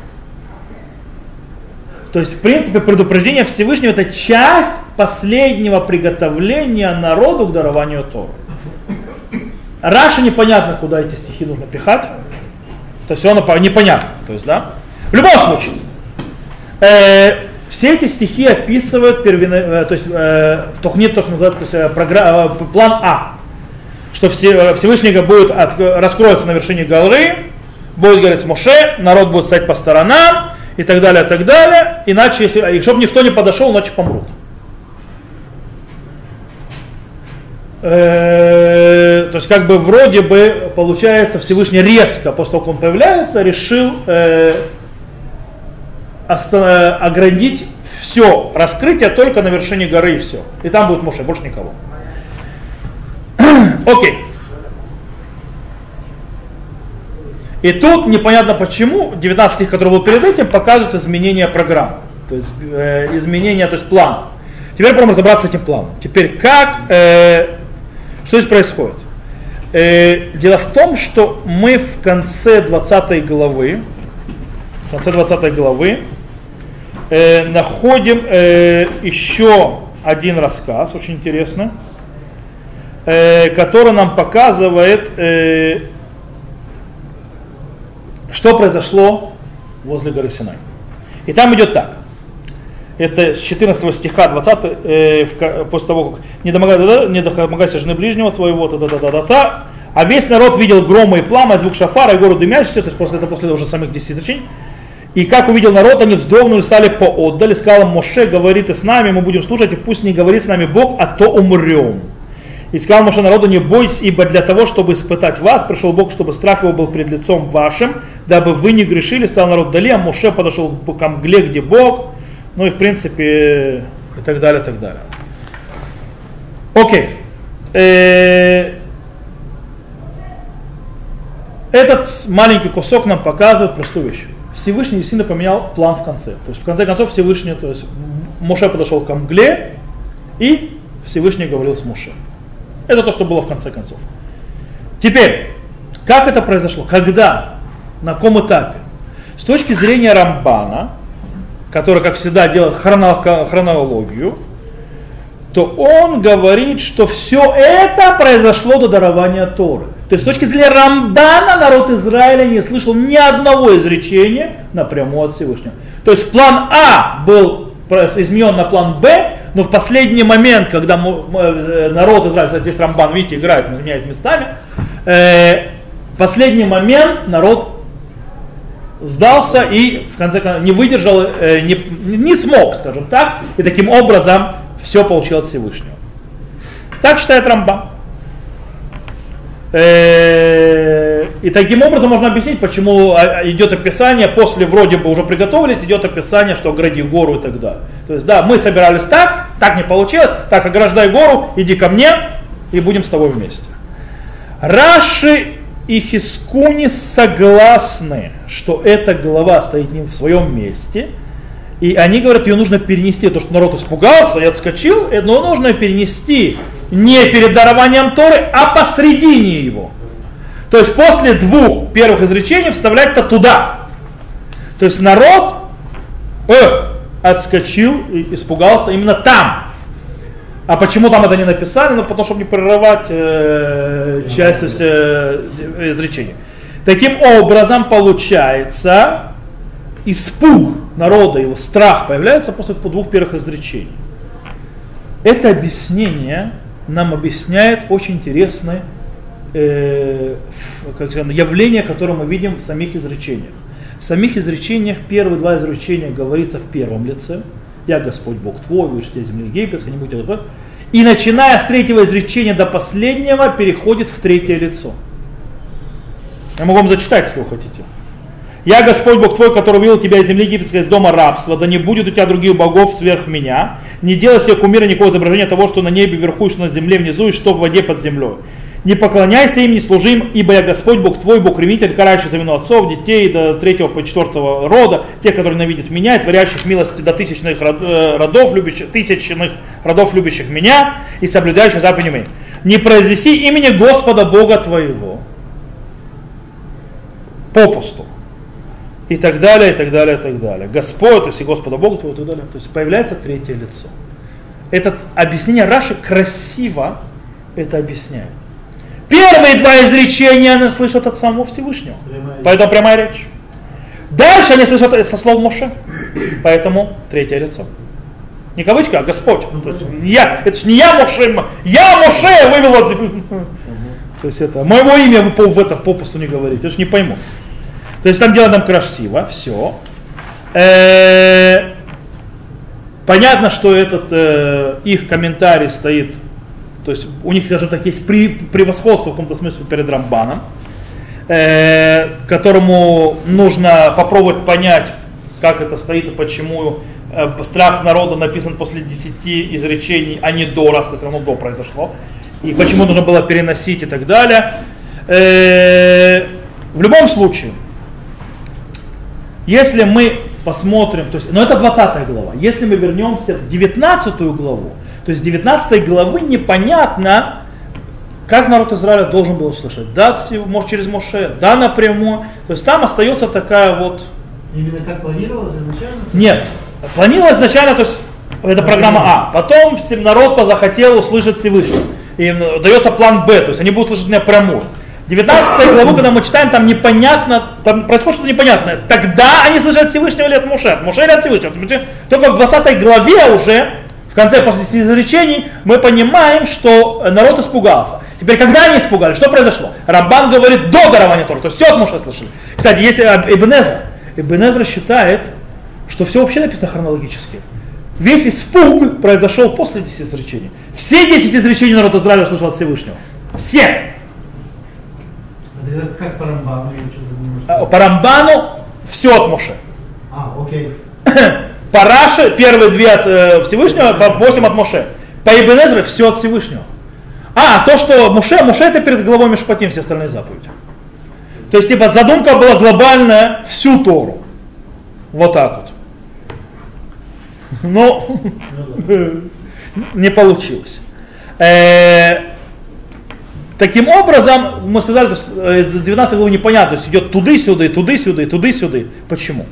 То есть, в принципе, предупреждение Всевышнего — это часть последнего приготовления народу к дарованию Торы. Раши непонятно, куда эти стихи нужно пихать. То есть он непонятно. То есть, да? В любом случае, э, все эти стихи описывают первина, э, то есть э, тухнит, то, что называется, то есть, программа, э, план А. Что все, Всевышний будет от, раскроется на вершине горы, будет говорить с Моше, народ будет стоять по сторонам и так далее, и так далее. Иначе, если, чтобы никто не подошел, иначе помрут. Э, то есть как бы вроде бы получается Всевышний резко, после того, как он появляется, решил э, оста- ограничить все раскрытие только на вершине горы и все. И там будет Моше, больше никого. Окей. И тут непонятно почему девятнадцатый стих, который был перед этим, показывает изменение программы. То есть э, изменение, то есть плана. Теперь будем разобраться с этим планом. Теперь как, э, что здесь происходит? Э, дело в том, что мы в конце двадцатой главы, в конце двадцатой главы э, находим э, еще один рассказ, очень интересный, э, который нам показывает, э, что произошло возле горы Синай. И там идет так. Это с четырнадцатого стиха двадцатого, э, в, после того, как не домогайся, не домогайся жены ближнего твоего, та-та-та-та-та, а весь народ видел громы и пламя, звук шафара и гору дымящуюся, то есть после, это после уже самих десяти изречений. И как увидел народ, они вздрогнули, стали поотдали, сказал Моше: говори ты с нами, мы будем слушать, и пусть не говорит с нами Бог, а то умрем. И сказал Моше народу: не бойтесь, ибо для того, чтобы испытать вас, пришел Бог, чтобы страх его был пред лицом вашим, дабы вы не грешили. Стал народ вдали, а Моше подошел к мгле, где Бог. Ну и в принципе, и так далее, и так далее. Окей. Этот маленький кусок нам показывает простую вещь. Всевышний сильно поменял план в конце. То есть в конце концов Всевышний, то есть Моше подошел к мгле, и Всевышний говорил с Моше. Это то, что было в конце концов. Теперь, как это произошло? Когда? На каком этапе? С точки зрения Рамбана, который, как всегда, делает хронологию, то он говорит, что все это произошло до дарования Торы. То есть с точки зрения Рамбана народ Израиля не слышал ни одного изречения напрямую от Всевышнего. То есть план А был изменен на план Б, но в последний момент, когда народ Израиля, кстати, здесь Рамбан, видите, играет, меняет местами, э, в последний момент народ сдался и в конце концов не выдержал, э, не, не смог, скажем так, и таким образом все получил от Всевышнего. Так считает Рамбан. И таким образом можно объяснить, почему идет описание, после вроде бы уже приготовились, идет описание, что огради гору и так далее. То есть да, мы собирались так, так не получилось, так ограждай гору, иди ко мне и будем с тобой вместе. Раши и Хискуни согласны, что эта глава стоит не в своем месте, и они говорят, ее нужно перенести, то что народ испугался и отскочил, но нужно перенести не перед дарованием Торы, а посредине его. То есть после двух первых изречений вставлять-то туда. То есть народ э, отскочил и испугался именно там. А почему там это не написали? Ну, потому что чтобы не прерывать э, часть э, изречения. Таким образом, получается, испуг народа, его страх появляется после двух первых изречений. Это объяснение нам объясняет очень интересное э, как сказать, явление, которое мы видим в самих изречениях. В самих изречениях первые два изречения говорится в первом лице. Я Господь Бог твой, вышли из земли египетской, не будьте такой. И начиная с третьего изречения до последнего переходит в третье лицо. Я могу вам зачитать, если вы хотите. Я Господь Бог твой, который вывел тебя из земли египетской, из дома рабства, да не будет у тебя других богов сверх меня. Не делай себе кумира, никакого изображения того, что на небе вверху, что на земле внизу, и что в воде под землей. Не поклоняйся им, не служи им, ибо я Господь Бог твой, Бог ревнитель, карающий за вину отцов, детей до третьего по четвертого рода, тех, которые ненавидят меня, и творящих милости до тысячных родов, любящих, тысячных родов, любящих меня, и соблюдающих заповеди мои. Не произнеси имени Господа Бога твоего попусту. И так далее, и так далее, и так далее. Господь, то есть и Господа Бога твоего, и так далее. То есть появляется третье лицо. Это объяснение Раши красиво это объясняет. Первые два изречения они слышат от самого Всевышнего. Прямая поэтому прямая речь. Дальше они слышат со слов Моше. Поэтому третье лицо. Не кавычка, а Господь. То есть, я, это же не я Моше, я Моше вывел вас. То есть это моего имя вы в это в попусту не говорите. Я же не пойму. То есть там дело нам красиво, все. Э-э- понятно, что этот э- их комментарий стоит, то есть у них даже так есть при- превосходство в каком-то смысле перед Рамбаном, э- которому нужно попробовать понять, как это стоит и почему э- страх народа написан после десяти изречений, а не до, раз это все равно до произошло, и почему нужно было переносить и так далее. Э- в любом случае, если мы посмотрим, то есть, ну это двадцатая глава, если мы вернемся в девятнадцатую главу, то есть девятнадцатой главы непонятно, как народ Израиля должен был услышать. Да, может через Моше, да напрямую. То есть там остается такая вот... Именно как планировалось изначально? Нет, планировалось изначально, то есть это программа А. Потом народ захотел услышать Всевышнего. И дается план Б, то есть они будут слышать напрямую. девятнадцатую главу, когда мы читаем, там непонятно, там происходит что-то непонятное. Тогда они слышат Всевышнего или от Моше, от Моше или от Всевышнего. Только в двадцатой главе уже, в конце после изречений, мы понимаем, что народ испугался. Теперь, когда они испугались, что произошло? Рамбан говорит до дарования Торы, то есть все от Моше слышали. Кстати, если Ибн Эзра, Ибн Эзра считает, что все вообще написано хронологически. Весь испуг произошел после десяти изречений. Все десять изречений народ Израиля услышал от Всевышнего. Все. Это как по Рамбану? Я что-то По Рамбану все от Моше. А, окей. По Раши первые две от э, Всевышнего, по восемь от Моше. По Ибн Эзре все от Всевышнего. А, то, что Моше, Моше это перед главой Мишпатим, все остальные заповеди. То есть, типа, задумка была глобальная всю Тору. Вот так вот. Но не получилось. Э, таким образом, мы сказали, что из двенадцатой главы непонятно, то есть идет туды-сюды, туды-сюды, туды-сюды. Почему?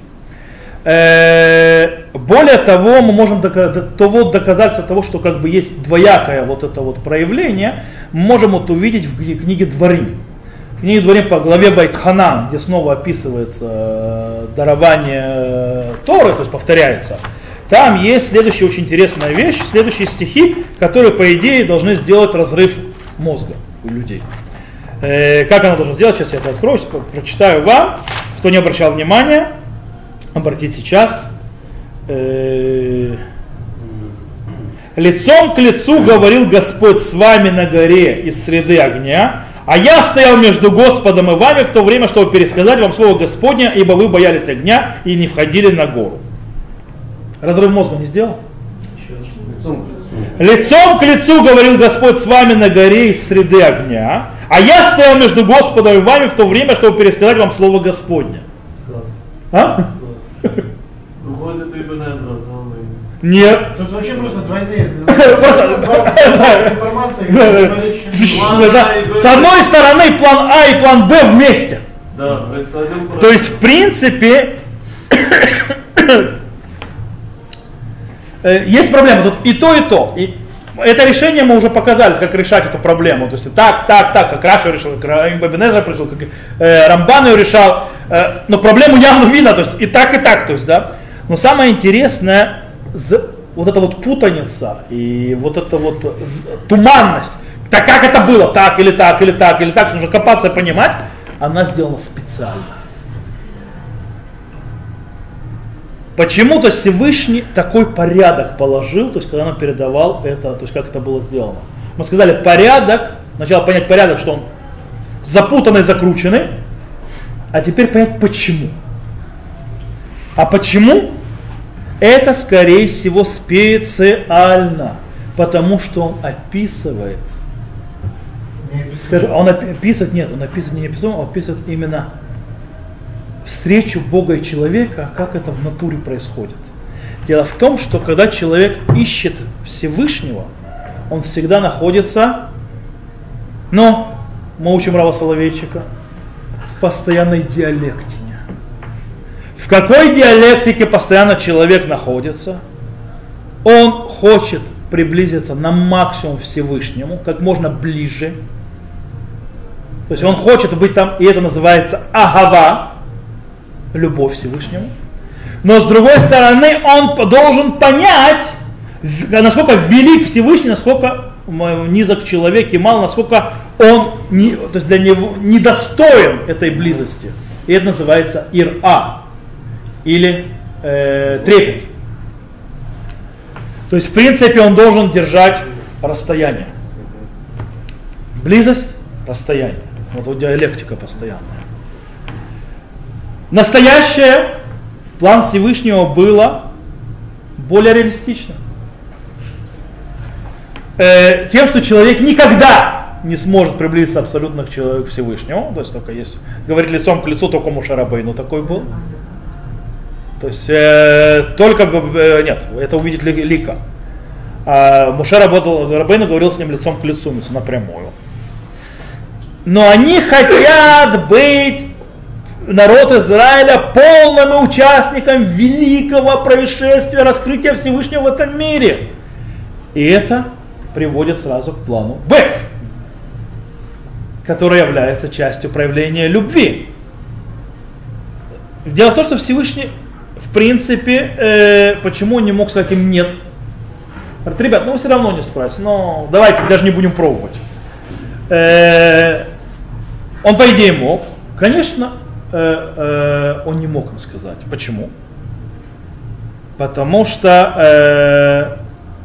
Э, более того, мы можем доказать, то вот доказательство того, что как бы есть двоякое вот это вот проявление, мы можем вот увидеть в книге Дворим. В книге Дворим по главе Вайтханан, где снова описывается дарование Торы, то есть повторяется. Там есть следующая очень интересная вещь, следующие стихи, которые, по идее, должны сделать разрыв мозга у людей. Э, как она должна сделать? Сейчас я это открою, прочитаю вам. Кто не обращал внимания, обратите сейчас. Э, лицом к лицу говорил Господь с вами на горе из среды огня, а я стоял между Господом и вами в то время, чтобы пересказать вам слово Господне, ибо вы боялись огня и не входили на гору. Разрыв мозга не сделал? Лицом к лицу. Лицом к лицу говорил Господь с вами на горе из среды огня, а я стоял между Господом и вами в то время, чтобы пересказать вам слово Господне. А? Выходит, это Ибн Эзра самый. Нет. Тут вообще просто двойные. Просто- Информация. С одной стороны план А и план Б вместе. Да, происходил То есть, в принципе, есть проблема. Тут и то, и то. И это решение мы уже показали, как решать эту проблему. То есть так, так, так, как Раша решил, как Ибн Эзра пришел, как э, Рамбан ее решал. Э, но проблему явно видно, то есть и так, и так. То есть, да. Но самое интересное, вот эта вот путаница и вот эта вот туманность, так как это было, так или так, или так, или так, нужно копаться и понимать, она сделана специально. Почему-то Всевышний такой порядок положил, то есть когда он передавал это, то есть как это было сделано. Мы сказали порядок, сначала понять порядок, что он запутанный, закрученный, а теперь понять почему. А почему? Это скорее всего специально, потому что он описывает. Скажи, он описывает, нет, он описывает не описывает, он описывает именно встречу Бога и человека, как это в натуре происходит. Дело в том, что когда человек ищет Всевышнего, он всегда находится, ну, мы учим Рава Соловейчика, в постоянной диалектике. В какой диалектике постоянно человек находится? Он хочет приблизиться на максимум к Всевышнему, как можно ближе. То есть он хочет быть там, и это называется агава, любовь к Всевышнему. Но с другой стороны, он должен понять, насколько велик Всевышний, насколько низок человек и мал, насколько он не, то есть для него недостоин этой близости. И это называется ир-а, или э, трепет. То есть в принципе он должен держать расстояние. Близость, расстояние. Вот, вот диалектика постоянная. Настоящее, план Всевышнего было более реалистично. Э, тем, что человек никогда не сможет приблизиться абсолютно к человеку Всевышнему, то есть только есть, говорит лицом к лицу, только Моше Рабейну такой был. То есть э, только, э, нет, это увидеть лика. А Моше Рабейну говорил с ним лицом к лицу, напрямую. Но они хотят быть, народ Израиля, полным участником великого происшествия, раскрытия Всевышнего в этом мире. И это приводит сразу к плану Б, который является частью проявления любви. Дело в том, что Всевышний, в принципе, э, почему он не мог сказать им нет? Говорит, ребят, ну вы все равно не справитесь, но давайте даже не будем пробовать. Э, он, по идее, мог. Конечно, э, э, он не мог им сказать. Почему? Потому что э,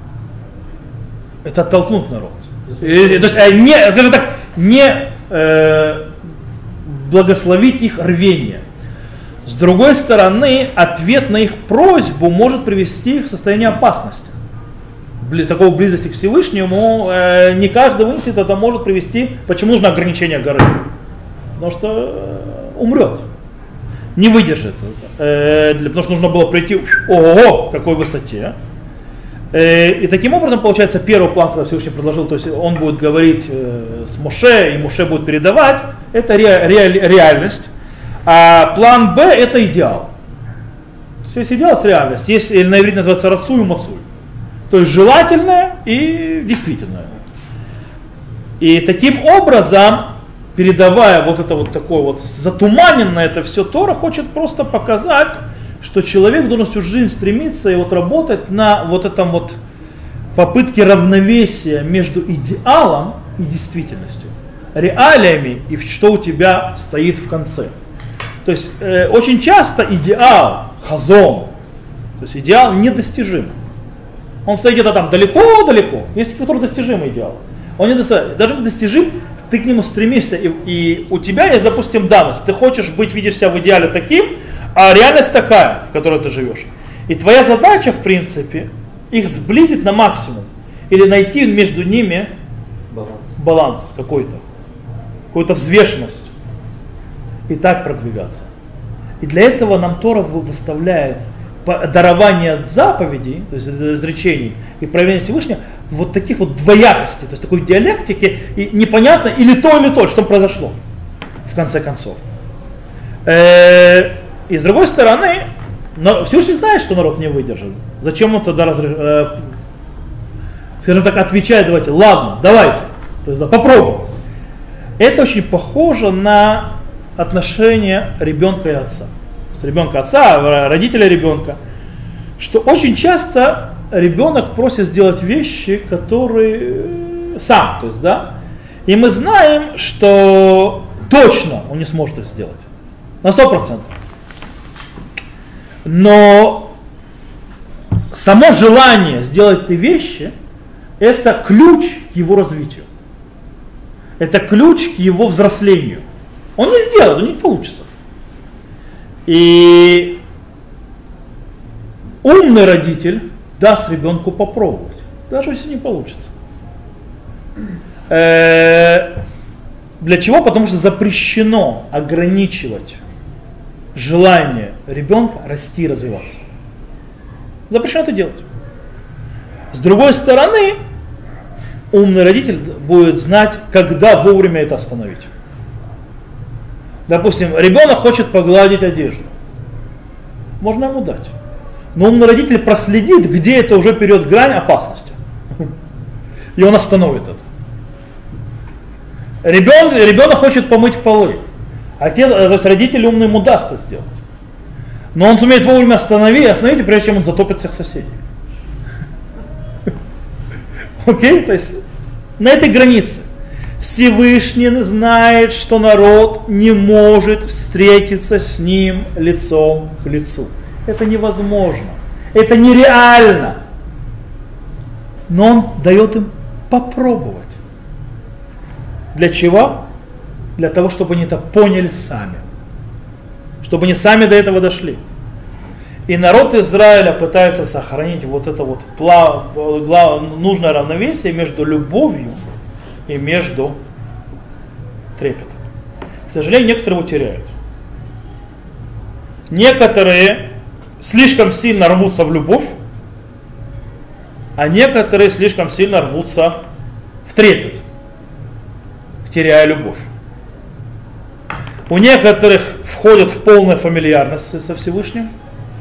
это оттолкнуть народ. И, то есть э, не, скажем так, не э, благословить их рвение. С другой стороны, ответ на их просьбу может привести их в состояние опасности. Бли, такого близости к Всевышнему э, не каждый вынесет, это может привести. Почему нужно ограничение горы? Потому что э, умрет, не выдержит. Э, для, потому что нужно было прийти, ого, какой высоте. Э, и таким образом, получается, первый план, который Всевышний предложил, то есть он будет говорить э, с Моше, и Моше будет передавать, это ре, ре, реальность. А план Б это идеал. То есть идеал это реальность. Есть, или на иврите называется рацуй и мацуй. То есть желательное и действительное. И таким образом, передавая вот это вот такое вот затуманенное это все, Тора хочет просто показать, что человек должен всю жизнь стремиться и вот работать на вот этом вот попытке равновесия между идеалом и действительностью, реалиями и что у тебя стоит в конце. То есть э, очень часто идеал, хазон, то есть идеал недостижим. Он стоит где-то там далеко-далеко. Есть который достижимый идеал. Он не достижим. Даже достижим, ты к нему стремишься, и, и у тебя есть, допустим, данность. Ты хочешь быть, видишь себя в идеале таким, а реальность такая, в которой ты живешь. И твоя задача, в принципе, их сблизить на максимум. Или найти между ними баланс, баланс какой-то. Какую-то взвешенность. И так продвигаться. И для этого нам Тора выставляет дарование заповедей, то есть изречений и проявление Всевышнего, вот таких вот двоякостей, то есть такой диалектики, и непонятно или то, или то, что произошло в конце концов. И с другой стороны, Всевышний знает, что народ не выдержит. Зачем он тогда, разреш... скажем так, отвечает, давайте, ладно, давайте, то есть, да, попробуем. Это очень похоже на отношения ребенка и отца. С ребенка отца, родителя ребенка, что очень часто ребенок просит сделать вещи, которые сам, то есть, да, и мы знаем, что точно он не сможет их сделать, на сто процентов. Но само желание сделать эти вещи, это ключ к его развитию, это ключ к его взрослению. Он не сделает, он не получится. И умный родитель даст ребенку попробовать, даже если не получится. Э-э- для чего? Потому что запрещено ограничивать желание ребенка расти и развиваться. Запрещено это делать. С другой стороны, умный родитель будет знать, когда вовремя это остановить. Допустим, ребенок хочет погладить одежду. Можно ему дать. Но умный родитель проследит, где это уже перейдет грань опасности. И он остановит это. Ребенок, ребенок хочет помыть полы. Отец, то есть родитель умный ему даст это сделать. Но он сумеет вовремя остановить, остановить, прежде чем он затопит всех соседей. Окей? То есть на этой границе. Всевышний знает, что народ не может встретиться с ним лицом к лицу. Это невозможно. Это нереально. Но он дает им попробовать. Для чего? Для того, чтобы они это поняли сами. Чтобы они сами до этого дошли. И народ Израиля пытается сохранить вот это вот плав, нужное равновесие между любовью и между трепетом. К сожалению, некоторые его теряют. Некоторые слишком сильно рвутся в любовь, а некоторые слишком сильно рвутся в трепет, теряя любовь. У некоторых входят в полную фамильярность со Всевышним,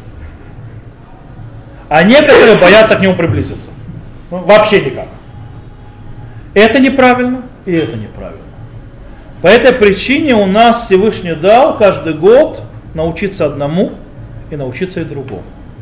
а некоторые боятся к нему приблизиться. Ну, вообще никак. Это неправильно, и это неправильно. По этой причине у нас Всевышний дал каждый год научиться одному и научиться и другому.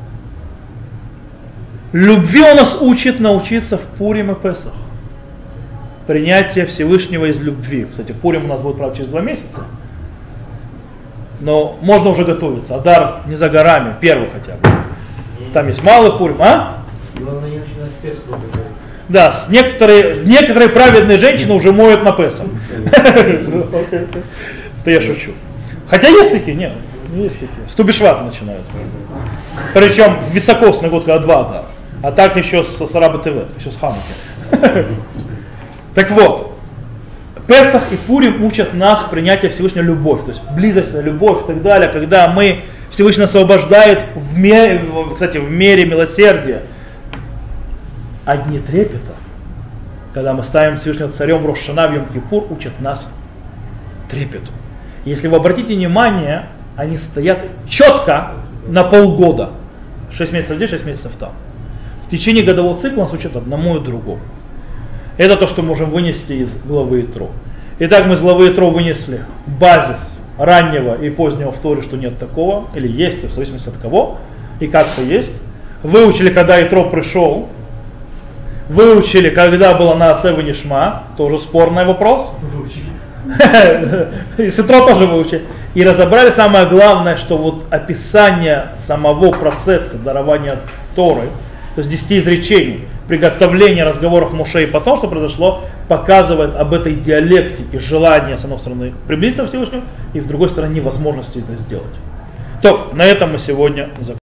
Любви он нас учит научиться в Пурим и Песах. Принятие Всевышнего из любви. Кстати, Пурим у нас будет, правда, через два месяца. Но можно уже готовиться. Адар не за горами, первый хотя бы. там есть малый Пурим, а? Главное не начинать Песку готовить. Да, с некоторые, некоторые праведные женщины уже моют на Песах. Это я шучу. Хотя есть такие, нет, есть такие. С Тубишвата начинается. Причем в високосный год, когда два, да. А так еще с Сараба ТВ, еще с Хануки. Так вот, Песах и Пурим учат нас принятия Всевышнего любовь, то есть близость, любовь и так далее, когда мы Всевышний освобождает в мере, кстати, в мере милосердия. А дни трепета, когда мы ставим Всевышнего царем в Рош ха-Шана, в Йом-Кипур, учат нас трепету. Если вы обратите внимание, они стоят четко на полгода. шесть месяцев здесь, шесть месяцев там. В течение годового цикла нас учат одному и другому. Это то, что мы можем вынести из главы Итро. Итак, мы из главы Итро вынесли базис раннего и позднего в Торе, что нет такого, или есть, в зависимости от кого, и как-то есть. Выучили, когда Итро пришел. Выучили, когда было на Асев и Нишма, тоже спорный вопрос. Выучили. И с Итро тоже выучили. И разобрали самое главное, что вот описание самого процесса дарования Торы, то есть десяти изречений, приготовление разговоров Моше и потом, что произошло, показывает об этой диалектике, желании, с одной стороны, приблизиться к Всевышнему, и с другой стороны, невозможности это сделать. То, на этом мы сегодня закончим.